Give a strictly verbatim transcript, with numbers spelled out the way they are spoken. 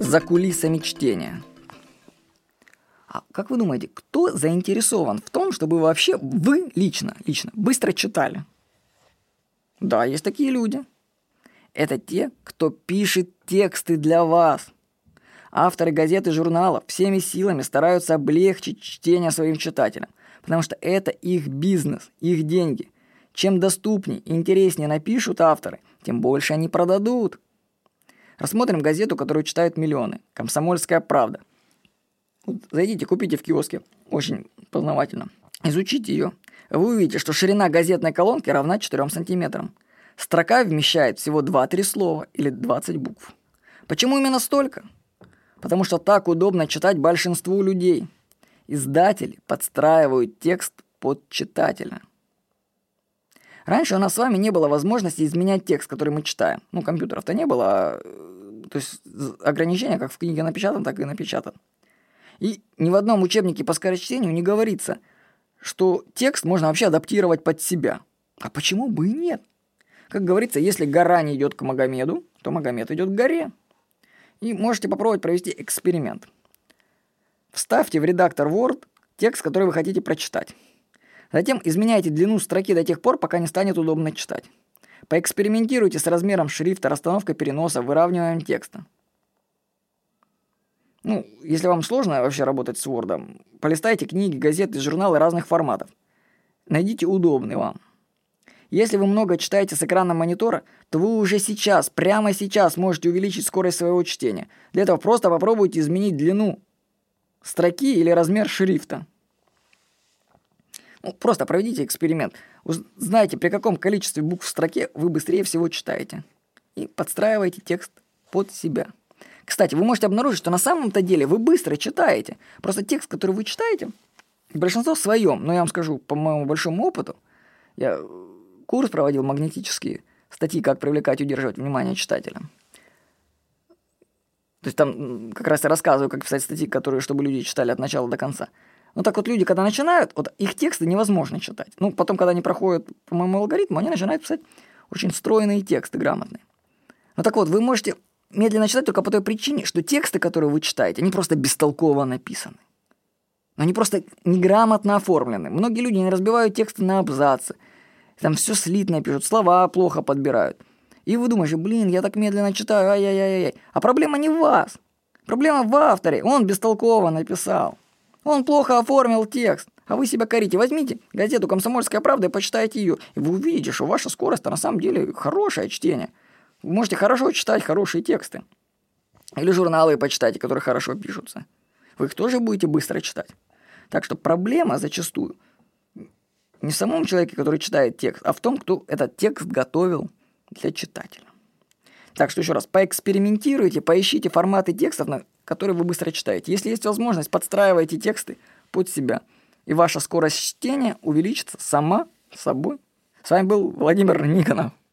за кулисами чтения. А как вы думаете, кто заинтересован в том, чтобы вообще вы лично, лично быстро читали? Да, есть такие люди. Это те, кто пишет тексты для вас. Авторы газет и журналов всеми силами стараются облегчить чтение своим читателям, потому что это их бизнес, их деньги. Чем доступнее и интереснее напишут авторы, тем больше они продадут. Рассмотрим газету, которую читают миллионы. «Комсомольская правда». Зайдите, купите в киоске. Очень познавательно. Изучите ее. Вы увидите, что ширина газетной колонки равна четырем сантиметрам. Строка вмещает всего два-три слова или двадцать букв. Почему именно столько? Потому что так удобно читать большинству людей. Издатели подстраивают текст под читателя. Раньше у нас с вами не было возможности изменять текст, который мы читаем. Ну, компьютеров-то не было, а, то есть ограничения как в книге напечатан, так и напечатан. И ни в одном учебнике по скорочтению не говорится, что текст можно вообще адаптировать под себя. А почему бы и нет? Как говорится, если гора не идет к Магомеду, то Магомед идет к горе. И можете попробовать провести эксперимент. Вставьте в редактор Word текст, который вы хотите прочитать. Затем изменяйте длину строки до тех пор, пока не станет удобно читать. Поэкспериментируйте с размером шрифта, расстановкой переноса, выравниванием текста. Ну, если вам сложно вообще работать с Word, полистайте книги, газеты, журналы разных форматов. Найдите удобный вам. Если вы много читаете с экрана монитора, то вы уже сейчас, прямо сейчас можете увеличить скорость своего чтения. Для этого просто попробуйте изменить длину строки или размер шрифта. Ну, просто проведите эксперимент. Узнайте, при каком количестве букв в строке вы быстрее всего читаете. И подстраивайте текст под себя. Кстати, вы можете обнаружить, что на самом-то деле вы быстро читаете. Просто текст, который вы читаете, большинство в своем. Но я вам скажу, по моему большому опыту, я курс проводил магнетические статьи, как привлекать и удерживать внимание читателя. То есть там как раз я рассказываю, как писать статьи, которые, чтобы люди читали от начала до конца. Ну так вот люди, когда начинают, вот их тексты невозможно читать. Ну потом, когда они проходят по моему алгоритму, они начинают писать очень стройные тексты, грамотные. Ну так вот, вы можете медленно читать только по той причине, что тексты, которые вы читаете, они просто бестолково написаны. Они просто неграмотно оформлены. Многие люди не разбивают тексты на абзацы. Там все слитно пишут, слова плохо подбирают. И вы думаете, блин, я так медленно читаю, ай-яй-яй-яй. А проблема не в вас. Проблема в авторе. Он бестолково написал. Он плохо оформил текст. А вы себя корите. Возьмите газету «Комсомольская правда» и почитайте ее. И вы увидите, что ваша скорость-то на самом деле хорошее чтение. Вы можете хорошо читать хорошие тексты. Или журналы почитайте, которые хорошо пишутся. Вы их тоже будете быстро читать. Так что проблема зачастую не в самом человеке, который читает текст, а в том, кто этот текст готовил для читателя. Так что еще раз, поэкспериментируйте, поищите форматы текстов, на которые вы быстро читаете. Если есть возможность, подстраивайте тексты под себя, и ваша скорость чтения увеличится сама собой. С вами был Владимир Никонов.